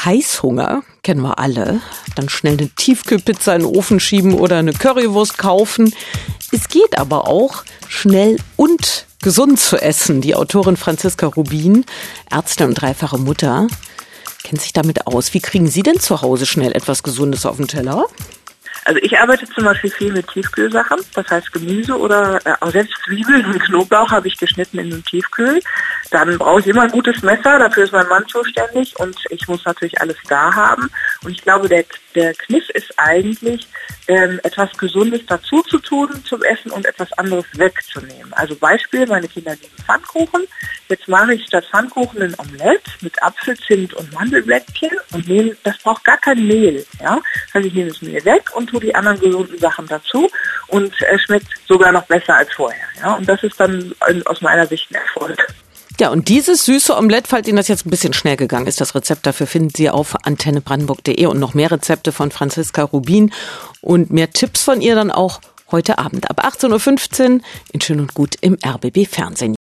Heißhunger kennen wir alle. Dann schnell eine Tiefkühlpizza in den Ofen schieben oder eine Currywurst kaufen. Es geht aber auch, schnell und gesund zu essen. Die Autorin Franziska Rubin, Ärztin und dreifache Mutter, kennt sich damit aus. Wie kriegen Sie denn zu Hause schnell etwas Gesundes auf den Teller? Also ich arbeite zum Beispiel viel mit Tiefkühlsachen, das heißt Gemüse oder auch selbst Zwiebeln und Knoblauch habe ich geschnitten in den Tiefkühl. Dann brauche ich immer ein gutes Messer, dafür ist mein Mann zuständig und ich muss natürlich alles da haben. Und ich glaube, der Kniff ist eigentlich, etwas Gesundes dazu zu tun zum Essen und etwas anderes wegzunehmen. Also Beispiel, meine Kinder lieben Pfannkuchen. Jetzt mache ich statt Pfannkuchen ein Omelett mit Apfel, Zimt und Mandelblättchen und das braucht gar kein Mehl. Ja? Also ich nehme das Mehl weg und tue die anderen gesunden Sachen dazu und schmeckt sogar noch besser als vorher. Ja? Und das ist dann aus meiner Sicht ein Erfolg. Ja, und dieses süße Omelett, falls Ihnen das jetzt ein bisschen schnell gegangen ist, das Rezept dafür finden Sie auf antennebrandenburg.de und noch mehr Rezepte von Franziska Rubin und mehr Tipps von ihr dann auch heute Abend ab 18.15 Uhr in Schön und Gut im RBB Fernsehen.